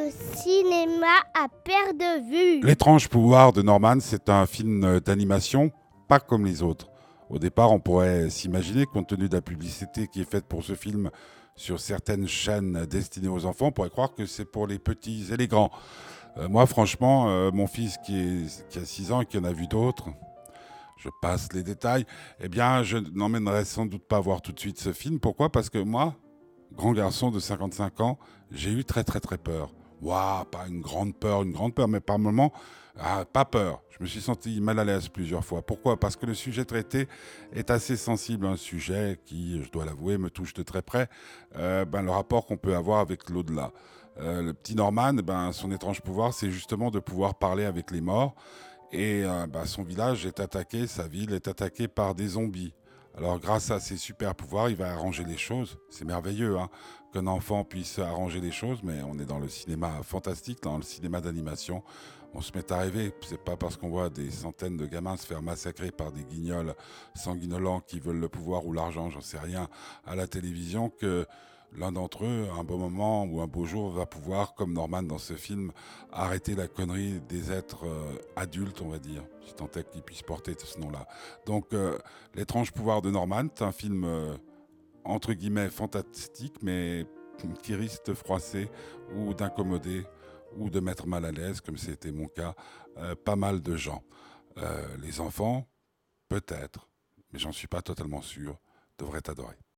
au cinéma à perte de vue. L'étrange pouvoir de Norman, c'est un film d'animation pas comme les autres. Au départ, on pourrait s'imaginer, compte tenu de la publicité qui est faite pour ce film sur certaines chaînes destinées aux enfants, on pourrait croire que c'est pour les petits et les grands. Moi, franchement, mon fils qui a 6 ans et qui en a vu d'autres, je passe les détails, eh bien, je n'emmènerai sans doute pas voir tout de suite ce film. Pourquoi? Parce que moi, grand garçon de 55 ans, j'ai eu très très très peur. Waouh, pas une grande peur, mais par moments, pas peur. Je me suis senti mal à l'aise plusieurs fois. Pourquoi? Parce que le sujet traité est assez sensible, un sujet qui, je dois l'avouer, me touche de très près. Le rapport qu'on peut avoir avec l'au-delà. Le petit Norman, son étrange pouvoir, c'est justement de pouvoir parler avec les morts. Et son village est attaqué, sa ville est attaquée par des zombies. Alors grâce à ses super pouvoirs, il va arranger les choses. C'est merveilleux qu'un enfant puisse arranger les choses, mais on est dans le cinéma fantastique, dans le cinéma d'animation. On se met à rêver. C'est pas parce qu'on voit des centaines de gamins se faire massacrer par des guignols sanguinolents qui veulent le pouvoir ou l'argent, j'en sais rien, à la télévision que l'un d'entre eux, un beau moment ou un beau jour, va pouvoir, comme Norman dans ce film, arrêter la connerie des êtres adultes, on va dire, si tant est qu'ils puissent porter ce nom-là. Donc, L'étrange pouvoir de Norman, c'est un film entre guillemets fantastique, mais qui risque de froisser ou d'incommoder ou de mettre mal à l'aise, comme c'était mon cas, pas mal de gens. Les enfants, peut-être, mais j'en suis pas totalement sûr, devraient adorer.